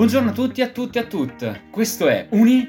Buongiorno a tutti, a tutti, a tutte. Questo è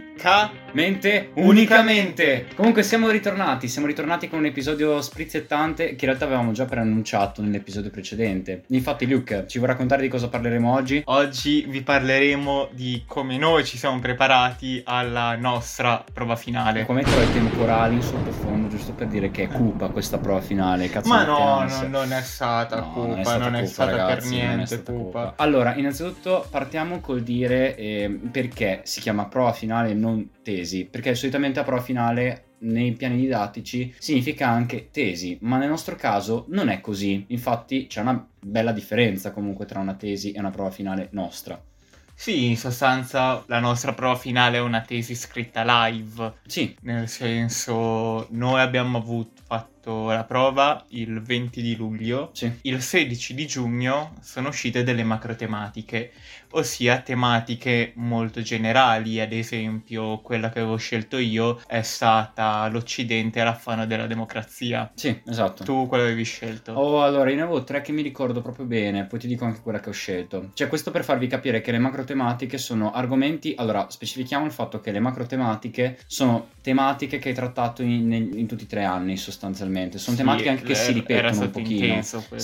Unicamente. Comunque siamo ritornati con un episodio sprizzettante che in realtà avevamo già preannunciato nell'episodio precedente. Infatti Luke, ci vuoi raccontare di cosa parleremo oggi? Oggi vi parleremo di come noi ci siamo preparati alla nostra prova finale. Come metterò i temporali in sottofondo, giusto per dire che è cupa questa prova finale. Cazzo, ma no, non è stata cupa, non è stata ragazzi, per niente non è stata cupa. Allora, innanzitutto partiamo col dire perché si chiama prova finale e non tesi, perché solitamente la prova finale nei piani didattici significa anche tesi, ma nel nostro caso non è così. Infatti c'è una bella differenza comunque tra una tesi e una prova finale nostra. Sì, in sostanza la nostra prova finale è una tesi scritta live. Sì. Nel senso, noi abbiamo fatto la prova il 20 di luglio. Sì. Il 16 di giugno sono uscite delle macrotematiche, ossia tematiche molto generali. Ad esempio, quella che avevo scelto io è stata l'Occidente e l'affanno della democrazia. Sì, esatto. Tu quale avevi scelto? Allora, io ne avevo 3 che mi ricordo proprio bene, poi ti dico anche quella che ho scelto. Cioè, questo per farvi capire che le macrotematiche sono argomenti. Allora, specifichiamo il fatto che le macrotematiche sono tematiche che hai trattato in tutti i 3 anni sostanzialmente. Sono tematiche anche che si ripetono un pochino.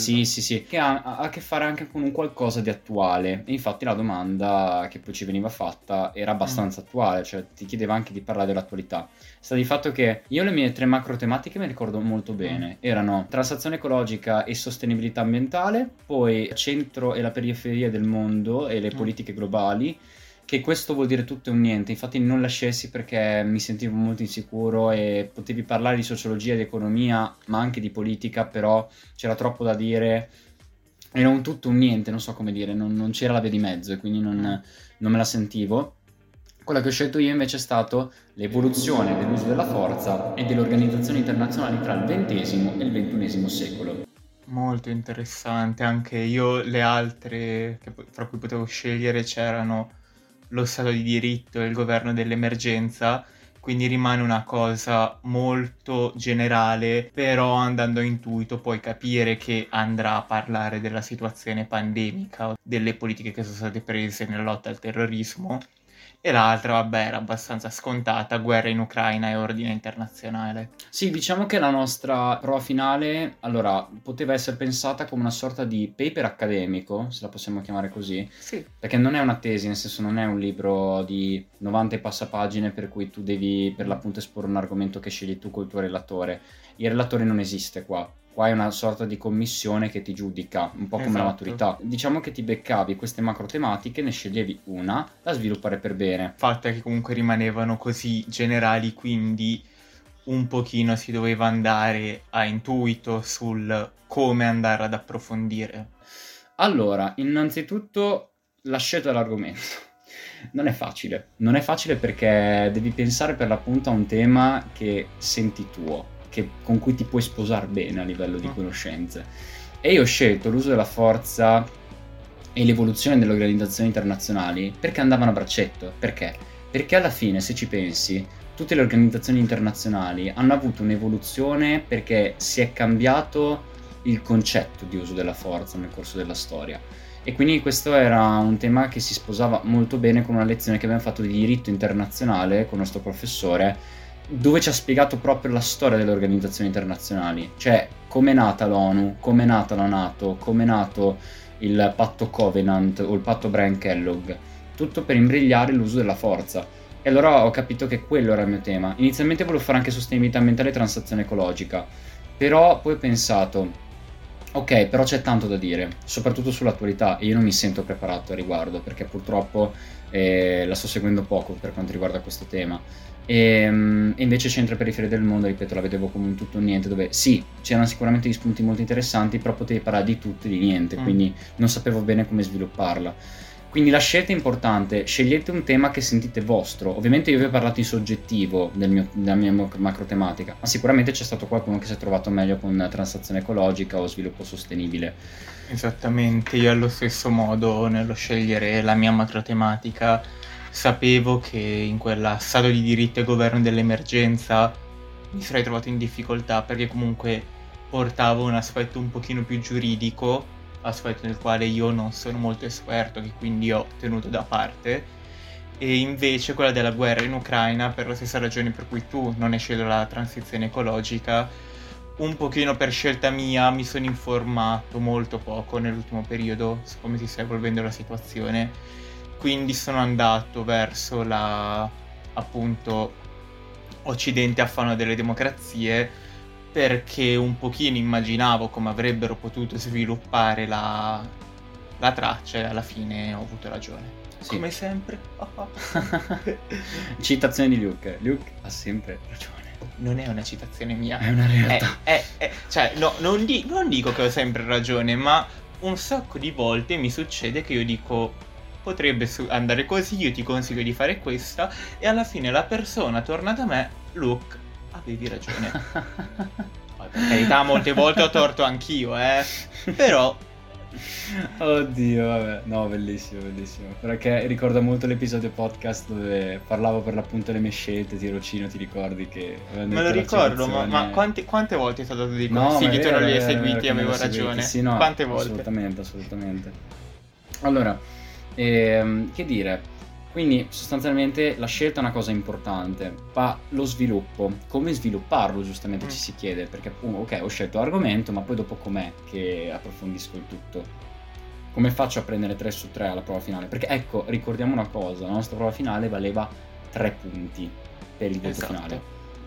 Sì, che ha a che fare anche con un qualcosa di attuale. E infatti la domanda che poi ci veniva fatta era abbastanza attuale, cioè ti chiedeva anche di parlare dell'attualità. Sta di fatto che io le mie 3 macro tematiche me le ricordo molto bene. Erano transizione ecologica e sostenibilità ambientale, poi centro e la periferia del mondo e le politiche globali, che questo vuol dire tutto e un niente. Infatti non la scelsi perché mi sentivo molto insicuro e potevi parlare di sociologia, di economia, ma anche di politica, però c'era troppo da dire. Era un tutto un niente, non so come dire, non c'era la via di mezzo e quindi non me la sentivo. Quella che ho scelto io invece è stato l'evoluzione dell'uso della forza e delle organizzazioni internazionali tra il XX e il XXI secolo. Molto interessante, anche io le altre fra cui potevo scegliere c'erano lo Stato di diritto e il governo dell'emergenza, quindi rimane una cosa molto generale, però andando a intuito puoi capire che andrà a parlare della situazione pandemica, delle politiche che sono state prese nella lotta al terrorismo. E l'altra, vabbè, era abbastanza scontata, guerra in Ucraina e ordine internazionale. Sì, diciamo che la nostra prova finale, allora, poteva essere pensata come una sorta di paper accademico, se la possiamo chiamare così. Sì. Perché non è una tesi, nel senso non è un libro di 90 passapagine per cui tu devi per l'appunto esporre un argomento che scegli tu col tuo relatore. Il relatore non esiste qua. Qua è una sorta di commissione che ti giudica, un po' come la maturità. Diciamo che ti beccavi queste macro tematiche, ne sceglievi una da sviluppare per bene. Il fatto è che comunque rimanevano così generali, quindi un pochino si doveva andare a intuito sul come andare ad approfondire. Allora, innanzitutto la scelta dell'argomento. Non è facile perché devi pensare per l'appunto a un tema che senti tuo, con cui ti puoi sposare bene a livello di conoscenze. E io ho scelto l'uso della forza e l'evoluzione delle organizzazioni internazionali perché andavano a braccetto. Perché? Perché alla fine, se ci pensi, tutte le organizzazioni internazionali hanno avuto un'evoluzione perché si è cambiato il concetto di uso della forza nel corso della storia. E quindi questo era un tema che si sposava molto bene con una lezione che abbiamo fatto di diritto internazionale con il nostro professore, dove ci ha spiegato proprio la storia delle organizzazioni internazionali, cioè come è nata l'ONU, come è nata la NATO, come è nato il patto Covenant o il patto Brian Kellogg, tutto per imbrigliare l'uso della forza. E allora ho capito che quello era il mio tema. Inizialmente volevo fare anche sostenibilità ambientale e transizione ecologica, però poi ho pensato, ok, però c'è tanto da dire, soprattutto sull'attualità, e io non mi sento preparato a riguardo, perché purtroppo la sto seguendo poco per quanto riguarda questo tema. E invece centro e periferia del mondo, ripeto, la vedevo come un tutto o niente, dove sì, c'erano sicuramente degli spunti molto interessanti, però potevi parlare di tutto e di niente, quindi non sapevo bene come svilupparla. Quindi la scelta è importante, scegliete un tema che sentite vostro. Ovviamente io vi ho parlato in soggettivo della mia macro tematica, ma sicuramente c'è stato qualcuno che si è trovato meglio con transizione ecologica o sviluppo sostenibile. Esattamente, io allo stesso modo nello scegliere la mia macro tematica sapevo che in quella stato di diritto e governo dell'emergenza mi sarei trovato in difficoltà, perché comunque portavo un aspetto un pochino più giuridico aspetto nel quale io non sono molto esperto, che quindi ho tenuto da parte. E invece quella della guerra in Ucraina, per la stessa ragione per cui tu non hai scelto la transizione ecologica, un pochino per scelta mia mi sono informato molto poco nell'ultimo periodo su come si sta evolvendo la situazione, quindi sono andato verso la, appunto, occidente affanno delle democrazie, perché un pochino immaginavo come avrebbero potuto sviluppare la traccia e alla fine ho avuto ragione. Sì. Come sempre. Citazione di Luke. Luke ha sempre ragione. Non è una citazione mia. È una realtà. Cioè, no, non dico che ho sempre ragione, ma un sacco di volte mi succede che io dico potrebbe andare così, io ti consiglio di fare questa, e alla fine la persona torna da me, Luke, avevi ragione. Poi, per carità, molte volte ho torto anch'io, però... Oddio, vabbè, no, bellissimo, bellissimo. Perché ricorda molto l'episodio podcast dove parlavo per l'appunto delle mie scelte, tirocino, ti ricordi che... Me lo ricordo, ma quante volte ti ho dato dei No, consigli, tu non li hai vero, seguiti, che me avevo lo seguiti. ragione. Sì, no, Quante volte? assolutamente, assolutamente. Allora, che dire, quindi sostanzialmente la scelta è una cosa importante, ma lo sviluppo, come svilupparlo giustamente ci si chiede, perché ok, ho scelto l'argomento, ma poi dopo com'è che approfondisco il tutto? Come faccio a prendere 3 su 3 alla prova finale? Perché ecco, ricordiamo una cosa, la nostra prova finale valeva 3 punti per il voto Esatto. finale.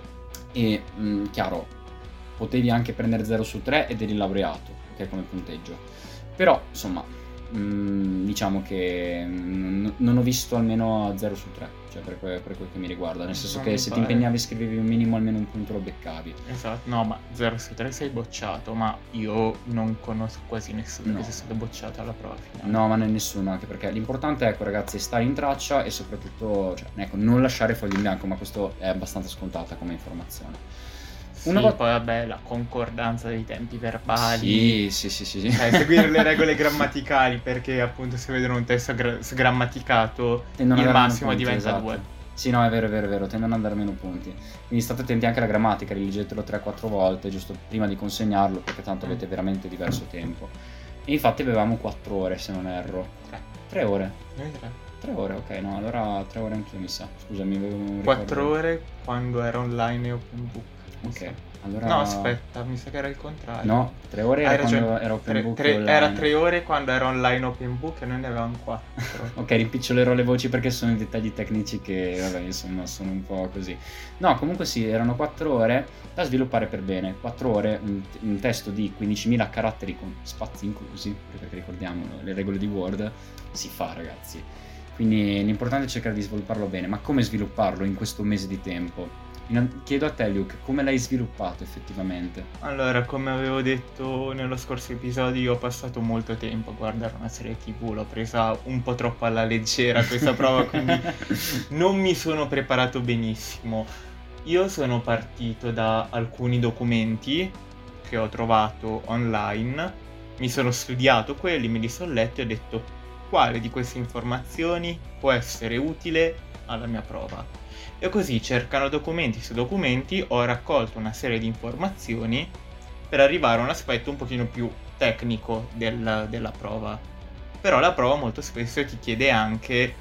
E chiaro, potevi anche prendere 0 su 3 ed eri laureato, ok, come punteggio. Però, insomma, diciamo che non ho visto almeno 0 su 3, cioè per quel che mi riguarda, nel senso Non che mi se pare. ti impegnavi e scrivevi un minimo almeno un punto lo beccavi. Esatto, no, ma 0 su 3 sei bocciato, ma io non conosco quasi nessuno No. che sia stato bocciato alla prova finale. No, ma nessuno, anche perché l'importante è, ecco ragazzi, stare in traccia e soprattutto, cioè, ecco, non lasciare fogli in bianco, ma questo è abbastanza scontata come informazione. Sì, Una volta- poi vabbè, la concordanza dei tempi verbali. Sì. Seguire le regole grammaticali, perché appunto se vedono un testo sgrammaticato, Tendono ad il andare massimo meno punti, diventa esatto. 2. Sì, no, è vero, tendono ad andare meno punti. Quindi state attenti anche alla grammatica, rileggetelo 3-4 volte, giusto prima di consegnarlo, perché tanto avete veramente diverso tempo. E infatti avevamo 4 ore, se non erro. 3 ore. Noi 3. 3 ore, ok, no, allora 3 ore anch'io mi sa. Scusami, avevo un 4 ricordo. ore quando era online e open book. mi Ok, sa. allora... No, aspetta, mi sa che era il contrario. No, 3 ore Hai era quando ragione. era open book Era online. 3 ore quando era online open book e noi ne avevamo 4. Ok, rimpiccolerò le voci perché sono i dettagli tecnici che, vabbè, insomma, sono un po' così. No, comunque sì, erano 4 ore da sviluppare per bene. 4 ore, un testo di 15.000 caratteri con spazi inclusi, perché ricordiamo le regole di Word, si fa, ragazzi. Quindi l'importante è cercare di svilupparlo bene. Ma come svilupparlo in questo mese di tempo? Chiedo a te, Luke, come l'hai sviluppato effettivamente? Allora, come avevo detto nello scorso episodio, io ho passato molto tempo a guardare una serie TV, l'ho presa un po' troppo alla leggera questa prova, quindi non mi sono preparato benissimo. Io sono partito da alcuni documenti che ho trovato online, mi sono studiato quelli, me li sono letti e ho detto quale di queste informazioni può essere utile alla mia prova. E così, cercando documenti su documenti, ho raccolto una serie di informazioni per arrivare a un aspetto un pochino più tecnico della prova. Però la prova molto spesso ti chiede anche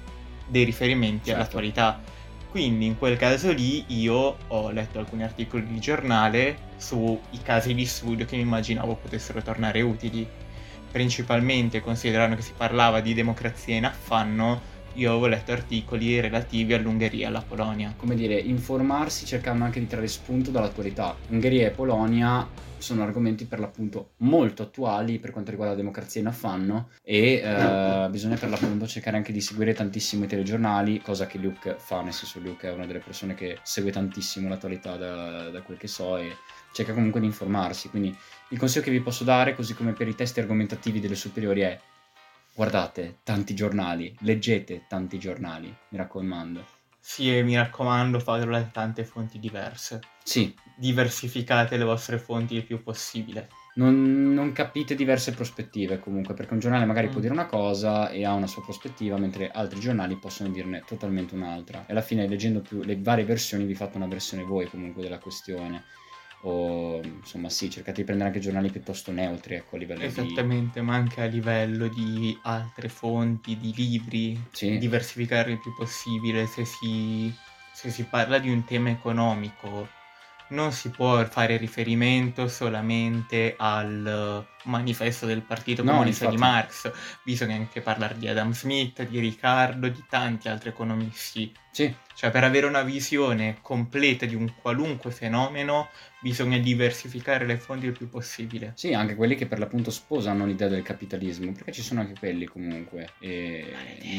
dei riferimenti Certo. all'attualità. Quindi in quel caso lì io ho letto alcuni articoli di giornale sui casi di studio che mi immaginavo potessero tornare utili. Principalmente considerando che si parlava di democrazia in affanno, io avevo letto articoli relativi all'Ungheria e alla Polonia. Come dire, informarsi cercando anche di trarre spunto dall'attualità. Ungheria e Polonia sono argomenti per l'appunto molto attuali per quanto riguarda la democrazia in affanno e bisogna per l'appunto cercare anche di seguire tantissimo i telegiornali, cosa che Luke fa, nel senso Luke è una delle persone che segue tantissimo l'attualità da quel che so e cerca comunque di informarsi. Quindi il consiglio che vi posso dare, così come per i testi argomentativi delle superiori, è: guardate tanti giornali, leggete tanti giornali, mi raccomando. Sì, e mi raccomando, fatelo da tante fonti diverse. Sì, Diversificate le vostre fonti il più possibile. non capite diverse prospettive comunque, perché un giornale magari può dire una cosa e ha una sua prospettiva, mentre altri giornali possono dirne totalmente un'altra. E alla fine, leggendo più le varie versioni, vi fate una versione voi comunque della questione. o insomma sì, cercate di prendere anche giornali piuttosto neutri, ecco, a livello di... Esattamente, ma anche a livello di altre fonti, di libri, Sì, diversificare il più possibile. Se si parla di un tema economico, non si può fare riferimento solamente al manifesto del Partito no, Comunista di infatti, Marx, bisogna anche parlare di Adam Smith, di Riccardo, di tanti altri economisti. sì, Cioè, per avere una visione completa di un qualunque fenomeno, bisogna diversificare le fonti il più possibile. sì, anche quelli che per l'appunto sposano l'idea del capitalismo, perché ci sono anche quelli comunque, e...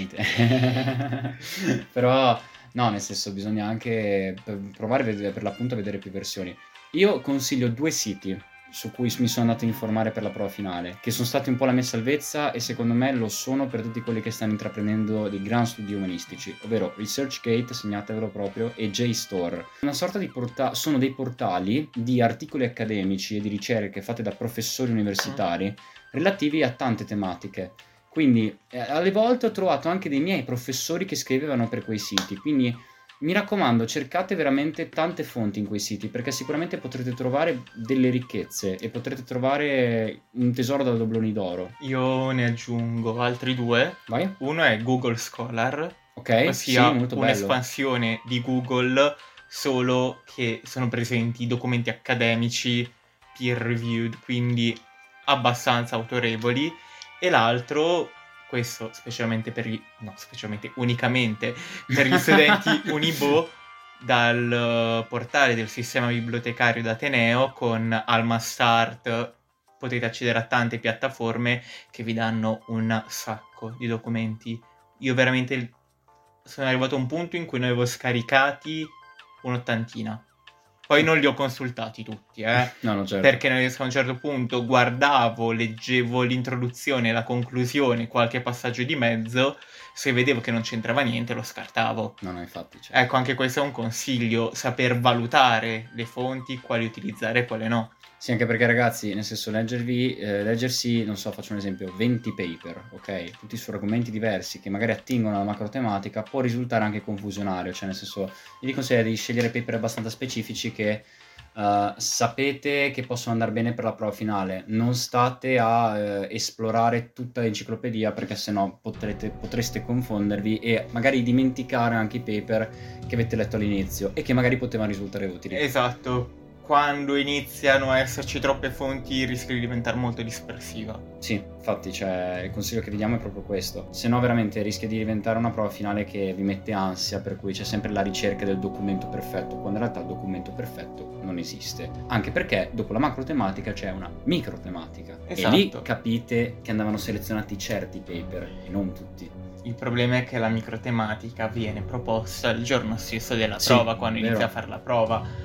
però no, nel senso bisogna anche provare per l'appunto a vedere più versioni. Io consiglio 2 siti su cui mi sono andato a informare per la prova finale, che sono stati un po' la mia salvezza e secondo me lo sono per tutti quelli che stanno intraprendendo dei gran studi umanistici, ovvero ResearchGate, segnatevelo proprio, e JSTOR. Una sorta di sono dei portali di articoli accademici e di ricerche fatte da professori universitari relativi a tante tematiche. Quindi alle volte ho trovato anche dei miei professori che scrivevano per quei siti, quindi mi raccomando, cercate veramente tante fonti in quei siti, perché sicuramente potrete trovare delle ricchezze e potrete trovare un tesoro da dobloni d'oro. Io ne aggiungo altri 2. Vai? Uno è Google Scholar, Ok? Sì, ossia molto bello. un'espansione di Google, solo che sono presenti documenti accademici peer-reviewed, quindi abbastanza autorevoli. E l'altro, questo unicamente per gli studenti Unibo, dal portale del sistema bibliotecario d'Ateneo con Alma Start. Potete accedere a tante piattaforme che vi danno un sacco di documenti. Io veramente sono arrivato a un punto in cui ne avevo scaricati un'ottantina. Poi non li ho consultati tutti, No, certo. perché a un certo punto guardavo, leggevo l'introduzione, la conclusione, qualche passaggio di mezzo, se vedevo che non c'entrava niente lo scartavo. No, infatti. Certo. Ecco, anche questo è un consiglio, saper valutare le fonti, quali utilizzare e quali no. Sì, anche perché ragazzi, nel senso leggersi, non so, faccio un esempio, 20 paper, ok? Tutti su argomenti diversi che magari attingono alla macro tematica, può risultare anche confusionario, cioè nel senso, io vi consiglio di scegliere paper abbastanza specifici che sapete che possono andare bene per la prova finale, non state a esplorare tutta l'enciclopedia perché sennò potreste confondervi e magari dimenticare anche i paper che avete letto all'inizio e che magari potevano risultare utili. Esatto. Quando iniziano a esserci troppe fonti rischia di diventare molto dispersiva. Sì, infatti il consiglio che vi diamo è proprio questo, se no veramente rischia di diventare una prova finale che vi mette ansia, per cui c'è sempre la ricerca del documento perfetto, quando in realtà il documento perfetto non esiste, anche perché dopo la macro tematica c'è una micro tematica. Esatto. E lì capite che andavano selezionati certi paper e non tutti. Il problema è che la microtematica viene proposta il giorno stesso della prova, quando vero. inizia a fare la prova.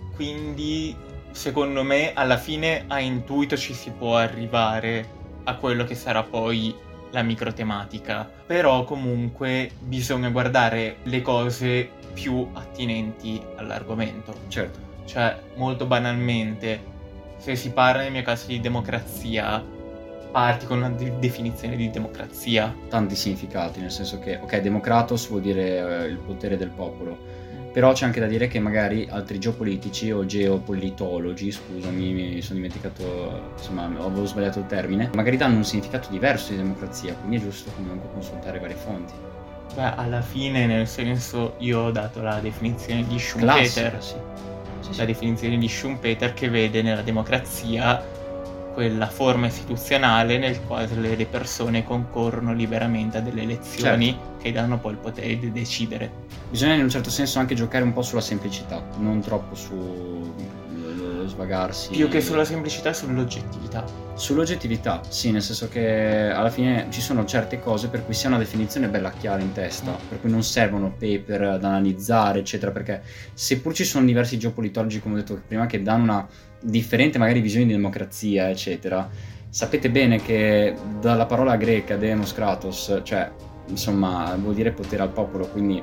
Quindi, secondo me, alla fine a intuito ci si può arrivare a quello che sarà poi la microtematica. Però comunque bisogna guardare le cose più attinenti all'argomento. Certo. Cioè, molto banalmente, se si parla nel mio caso di democrazia, parti con una definizione di democrazia. Tanti significati, nel senso che, ok, democratos vuol dire il potere del popolo, però c'è anche da dire che magari altri geopolitici o geopolitologi, scusami, mi sono dimenticato, insomma, avevo sbagliato il termine, magari danno un significato diverso di democrazia, quindi è giusto comunque consultare varie fonti. Beh, alla fine, nel senso, io ho dato la definizione di Schumpeter. Sì. La definizione di Schumpeter che vede nella democrazia quella forma istituzionale nel quale le persone concorrono liberamente a delle elezioni che danno poi il potere di decidere. Bisogna in un certo senso anche giocare un po' sulla semplicità, non troppo su svagarsi. Più che sulla semplicità, sull'oggettività. Sull'oggettività, sì, nel senso che alla fine ci sono certe cose per cui si ha una definizione bella chiara in testa, per cui non servono paper da analizzare, eccetera, perché seppur ci sono diversi geopolitologi, come ho detto prima, che danno una differente magari visione di democrazia, eccetera, sapete bene che dalla parola greca demos kratos, cioè insomma vuol dire potere al popolo, quindi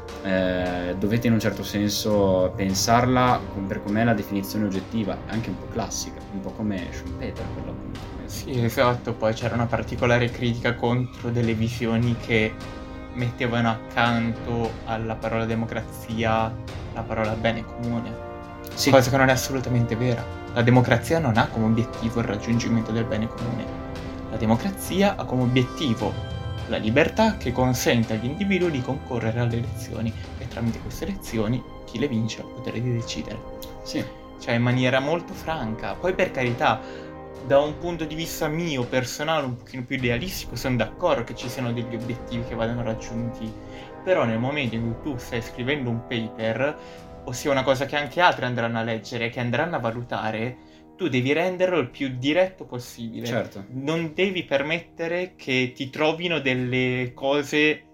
dovete in un certo senso pensarla per com'è la definizione oggettiva, anche un po' classica, un po' come Schumpeter per l'appunto. Sì, esatto, poi c'era una particolare critica contro delle visioni che mettevano accanto alla parola democrazia la parola bene comune. Sì. Cosa che non è assolutamente vera. La democrazia non ha come obiettivo il raggiungimento del bene comune. La democrazia ha come obiettivo la libertà che consente agli individui di concorrere alle elezioni e tramite queste elezioni chi le vince ha il potere di decidere. Sì. Cioè in maniera molto franca. Poi per carità, da un punto di vista mio, personale, un pochino più idealistico, sono d'accordo che ci siano degli obiettivi che vadano raggiunti. Però nel momento in cui tu stai scrivendo un paper, ossia una cosa che anche altri andranno a leggere, che andranno a valutare, tu devi renderlo il più diretto possibile. Certo. Non devi permettere che ti trovino delle cose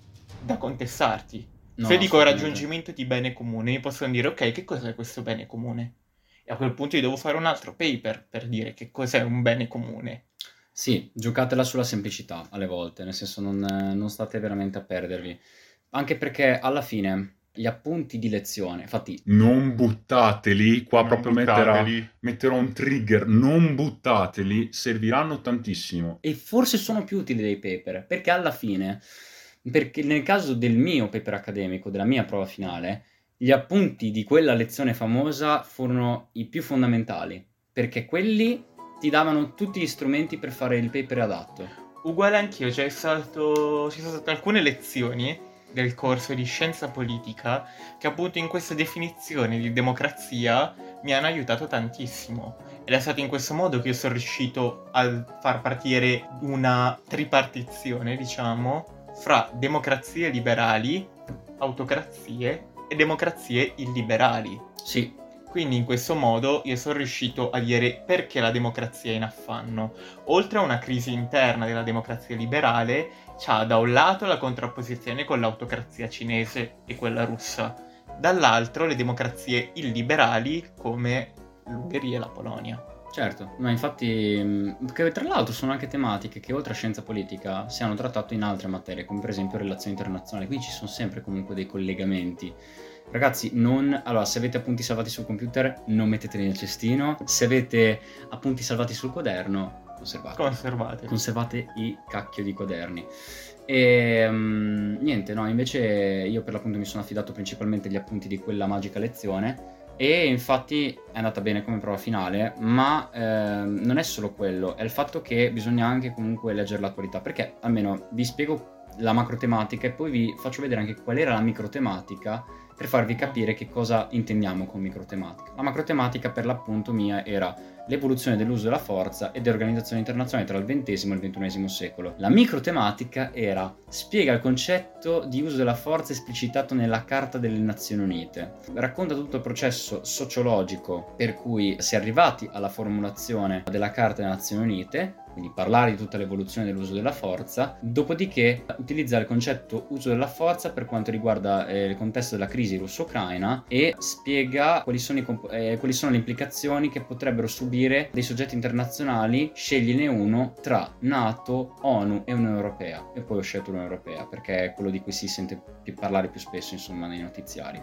da contestarti. No, Se dico assolutamente. raggiungimento di bene comune, mi possono dire, ok, che cos'è questo bene comune? E a quel punto io devo fare un altro paper per dire che cos'è un bene comune. Sì, giocatela sulla semplicità alle volte, nel senso non state veramente a perdervi. Anche perché alla fine gli appunti di lezione, infatti Non buttateli, qua Non proprio buttateli. metterò un trigger, non buttateli, serviranno tantissimo. e forse sono più utili dei paper, perché alla fine, perché nel caso del mio paper accademico, della mia prova finale, gli appunti di quella lezione famosa furono i più fondamentali, perché quelli ti davano tutti gli strumenti per fare il paper adatto. Uguale anch'io, ci sono state alcune lezioni del corso di scienza politica che appunto in questa definizione di democrazia mi hanno aiutato tantissimo. Ed è stato in questo modo che io sono riuscito a far partire una tripartizione, diciamo, fra democrazie liberali, autocrazie e democrazie illiberali. Sì, Quindi in questo modo io sono riuscito a dire perché la democrazia è in affanno. Oltre a una crisi interna della democrazia liberale, c'ha da un lato la contrapposizione con l'autocrazia cinese e quella russa, dall'altro le democrazie illiberali come l'Ungheria e la Polonia. certo, ma infatti, che tra l'altro sono anche tematiche che oltre a scienza politica si hanno trattato in altre materie, come per esempio relazioni internazionali, quindi ci sono sempre comunque dei collegamenti. Ragazzi, allora, se avete appunti salvati sul computer, non metteteli nel cestino. Se avete appunti salvati sul quaderno, Conservate. conservate i cacchio di quaderni. E niente, no, invece io per l'appunto mi sono affidato principalmente agli appunti di quella magica lezione e infatti è andata bene come prova finale, ma non è solo quello, è il fatto che bisogna anche comunque leggere l'attualità, perché almeno vi spiego la macrotematica e poi vi faccio vedere anche qual era la microtematica per farvi capire che cosa intendiamo con microtematica. La macrotematica per l'appunto mia era l'evoluzione dell'uso della forza e dell'organizzazione internazionale tra il XX e il XXI secolo. La microtematica era spiega il concetto di uso della forza esplicitato nella Carta delle Nazioni Unite. Racconta tutto il processo sociologico per cui si è arrivati alla formulazione della Carta delle Nazioni Unite, quindi parlare di tutta l'evoluzione dell'uso della forza, dopodiché utilizza il concetto uso della forza per quanto riguarda il contesto della crisi russo-ucraina e spiega quali sono le implicazioni che potrebbero subire dei soggetti internazionali, scegliene uno tra NATO, ONU e Unione Europea. E poi ho scelto l'Unione Europea perché è quello di cui si sente parlare più spesso, insomma, nei notiziari.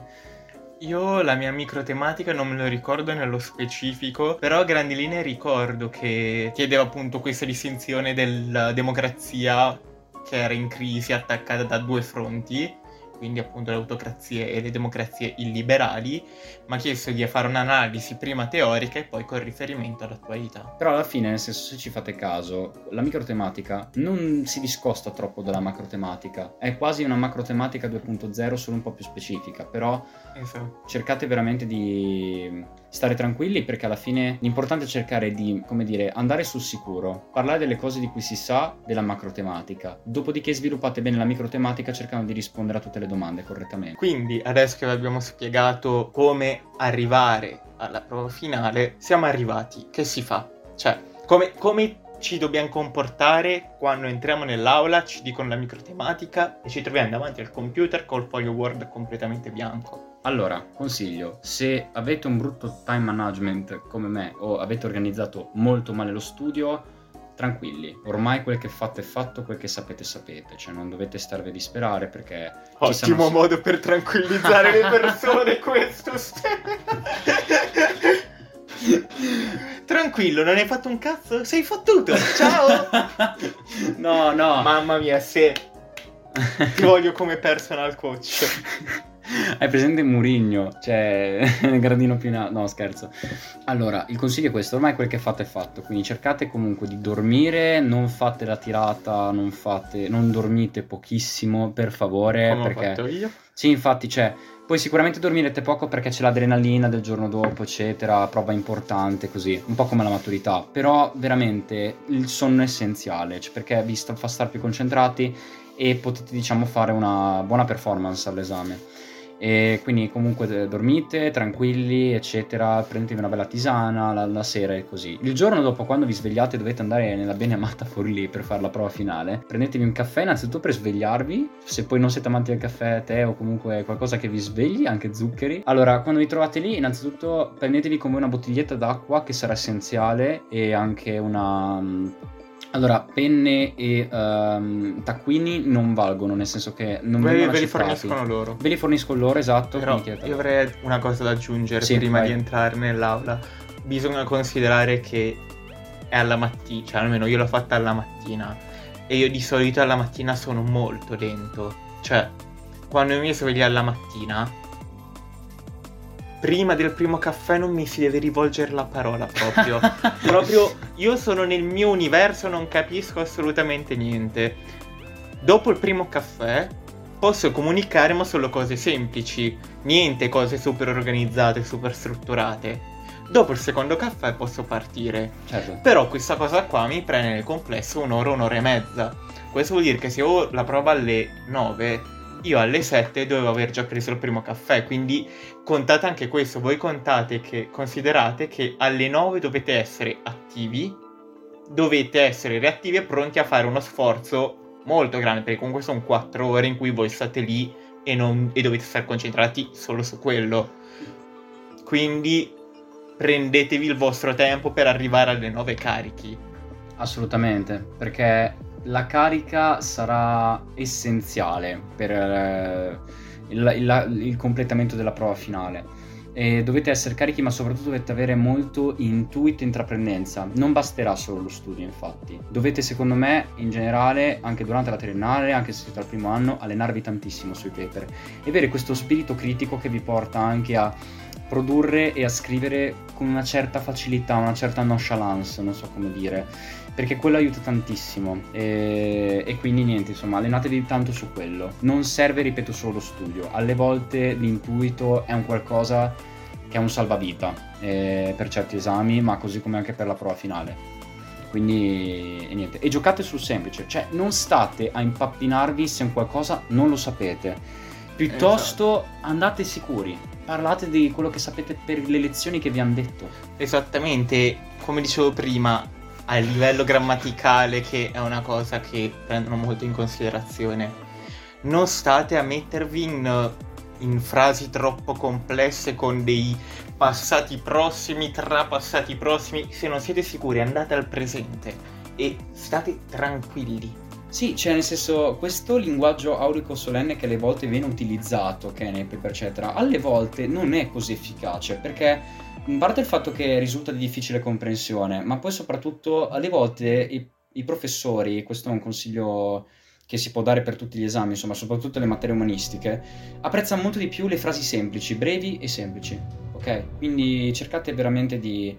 Io la mia microtematica non me lo ricordo nello specifico, però a grandi linee ricordo che chiedeva appunto questa distinzione della democrazia che era in crisi attaccata da due fronti, quindi appunto le autocrazie e le democrazie illiberali, ma ha chiesto di fare un'analisi prima teorica e poi con riferimento all'attualità. Però alla fine, nel senso, se ci fate caso, la microtematica non si discosta troppo dalla macrotematica, è quasi una macrotematica 2.0 solo un po' più specifica, però Esatto. cercate veramente di stare tranquilli perché alla fine l'importante è cercare di, come dire, andare sul sicuro, parlare delle cose di cui si sa della macrotematica, dopodiché sviluppate bene la microtematica cercando di rispondere a tutte le domande correttamente. Quindi adesso che vi abbiamo spiegato come arrivare alla prova finale, siamo arrivati. Che si fa? Cioè, come ci dobbiamo comportare quando entriamo nell'aula, ci dicono la microtematica e ci troviamo davanti al computer col foglio Word completamente bianco? Allora, consiglio, se avete un brutto time management come me o avete organizzato molto male lo studio, tranquilli, ormai quel che fatto è fatto, quel che sapete sapete, cioè non dovete starvi a disperare perché Ottimo modo per tranquillizzare le persone questo. Tranquillo, non hai fatto un cazzo? Sei fottuto, ciao! No. Mamma mia, se ti voglio come personal coach. Hai presente Mourinho? Cioè, nel gradino più in alto. No, scherzo. Allora, il consiglio è questo: ormai quel che è fatto. Quindi cercate comunque di dormire, non fate la tirata, non dormite pochissimo, per favore. Come ho perché... fatto io. Sì, infatti, cioè, poi sicuramente dormirete poco perché c'è l'adrenalina del giorno dopo, eccetera, prova importante, così, un po' come la maturità. Però veramente il sonno è essenziale, cioè, perché vi fa stare più concentrati e potete, diciamo, fare una buona performance all'esame. E quindi comunque dormite tranquilli, eccetera, prendetevi una bella tisana la sera e così. Il giorno dopo, quando vi svegliate e dovete andare nella bene amata Forlì per fare la prova finale, prendetevi un caffè innanzitutto per svegliarvi, se poi non siete amanti del caffè, tè o comunque qualcosa che vi svegli, anche zuccheri. Allora, quando vi trovate lì, innanzitutto prendetevi come una bottiglietta d'acqua, che sarà essenziale, e anche una... Allora, penne e taccuini non valgono, nel senso che non vengono Ve li accettati. forniscono loro. Ve li forniscono loro, esatto. Però quindi io avrei una cosa da aggiungere Sì, prima vai. di entrare nell'aula. Bisogna considerare che è alla mattina, cioè almeno io l'ho fatta alla mattina. E io di solito alla mattina sono molto lento. Cioè, quando mi sveglio alla mattina, prima del primo caffè non mi si deve rivolgere la parola proprio. Proprio io sono nel mio universo, non capisco assolutamente niente. Dopo il primo caffè posso comunicare, ma solo cose semplici, niente cose super organizzate, super strutturate. Dopo il secondo caffè posso partire. Certo. Però questa cosa qua mi prende nel complesso un'ora e mezza. Questo vuol dire che se ho la prova alle 9, io alle 7 dovevo aver già preso il primo caffè, quindi contate anche questo. Voi considerate che alle 9 dovete essere attivi, dovete essere reattivi e pronti a fare uno sforzo molto grande, perché comunque sono 4 ore in cui voi state lì e dovete stare concentrati solo su quello. Quindi prendetevi il vostro tempo per arrivare alle 9 carichi. Assolutamente, perché la carica sarà essenziale per il completamento della prova finale. E dovete essere carichi, ma soprattutto dovete avere molto intuito e intraprendenza. Non basterà solo lo studio, infatti. Dovete, secondo me, in generale, anche durante la triennale, anche se siete al primo anno, allenarvi tantissimo sui paper e avere questo spirito critico che vi porta anche a produrre e a scrivere con una certa facilità, una certa nonchalance, non so come dire, perché quello aiuta tantissimo. E quindi niente, insomma, allenatevi tanto su quello. Non serve, ripeto, solo lo studio. Alle volte l'intuito è un qualcosa che è un salvavita per certi esami, ma così come anche per la prova finale. Quindi niente, e giocate sul semplice, cioè non state a impappinarvi se un qualcosa non lo sapete, piuttosto andate sicuri, parlate di quello che sapete per le lezioni che vi hanno detto. Esattamente, come dicevo prima, a livello grammaticale, che è una cosa che prendono molto in considerazione, non state a mettervi in frasi troppo complesse con dei passati prossimi, trapassati prossimi. Se non siete sicuri, andate al presente e state tranquilli. Sì, cioè nel senso, questo linguaggio aurico solenne che alle volte viene utilizzato, che nei paper eccetera, alle volte non è così efficace, perché in parte il fatto che risulta di difficile comprensione, ma poi soprattutto alle volte i professori, questo è un consiglio che si può dare per tutti gli esami, insomma, soprattutto le materie umanistiche, apprezzano molto di più le frasi semplici, brevi e semplici, ok? Quindi cercate veramente di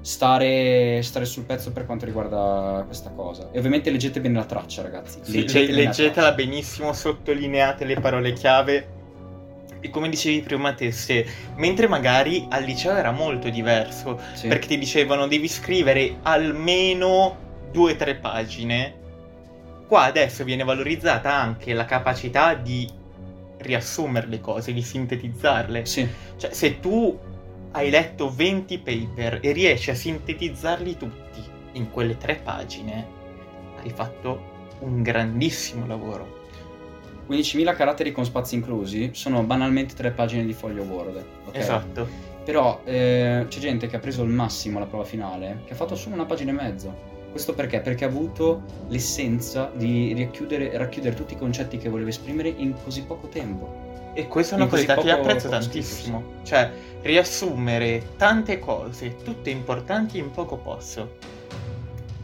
stare sul pezzo per quanto riguarda questa cosa. E ovviamente leggete bene la traccia, ragazzi. Sì, Leggetela leggetela benissimo, sottolineate le parole chiave. E come dicevi prima te, mentre magari al liceo era molto diverso, Sì. perché ti dicevano devi scrivere almeno 2-3 pagine, qua adesso viene valorizzata anche la capacità di riassumere le cose, di sintetizzarle. Sì. Cioè, se tu hai letto 20 paper e riesci a sintetizzarli tutti in quelle 3 pagine, hai fatto un grandissimo lavoro. 15.000 caratteri con spazi inclusi sono banalmente 3 pagine di foglio Word, ok? Esatto. Però c'è gente che ha preso il massimo alla prova finale, che ha fatto solo 1 pagina e mezzo. Questo perché? Perché ha avuto l'essenza di racchiudere tutti i concetti che voleva esprimere in così poco tempo. E questa è una In così qualità che poco- apprezzo poco tantissimo. Cioè, riassumere tante cose, tutte importanti in poco posso.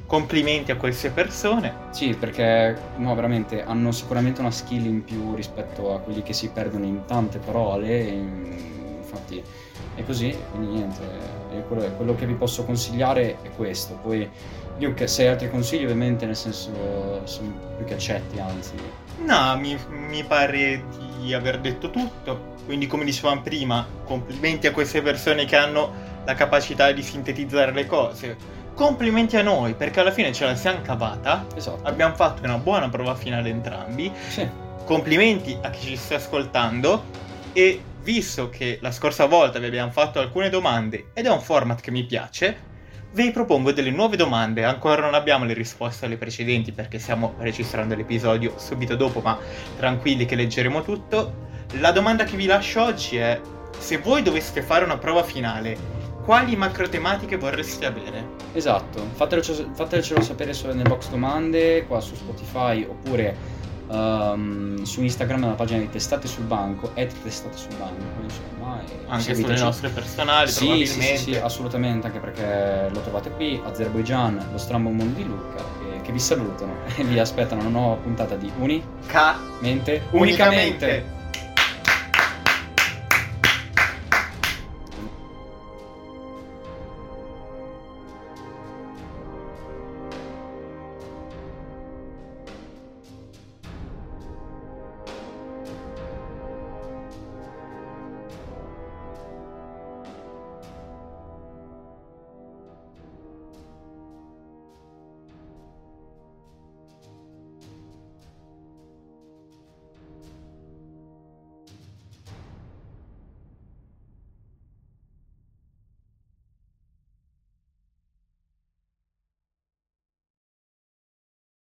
complimenti a queste persone. Sì, perché no, veramente hanno sicuramente una skill in più rispetto a quelli che si perdono in tante parole, e infatti è così, quindi niente, quello che vi posso consigliare è questo. Poi Luke, se hai altri consigli ovviamente, nel senso, sono più che accetti, anzi. No, mi pare di aver detto tutto. Quindi, come dicevamo prima, complimenti a queste persone che hanno la capacità di sintetizzare le cose. Complimenti a noi, perché alla fine ce la siamo cavata. Esatto. Abbiamo fatto una buona prova finale entrambi. Sì. Complimenti a chi ci sta ascoltando. E visto che la scorsa volta vi abbiamo fatto alcune domande ed è un format che mi piace, vi propongo delle nuove domande. Ancora non abbiamo le risposte alle precedenti perché stiamo registrando l'episodio subito dopo, ma tranquilli che leggeremo tutto. La domanda che vi lascio oggi è: se voi doveste fare una prova finale, quali macro tematiche vorreste avere? Esatto, fatecelo sapere solo nel box domande qua su Spotify, oppure su Instagram nella pagina di Testate sul Banco, @testate sul banco, insomma, e Anche seguiteci. sulle nostre personali, Sì, probabilmente. sì, assolutamente, anche perché lo trovate qui, Azerbaijan, lo strambo mondo di Luca, che vi salutano e vi aspettano una nuova puntata di Unicamente.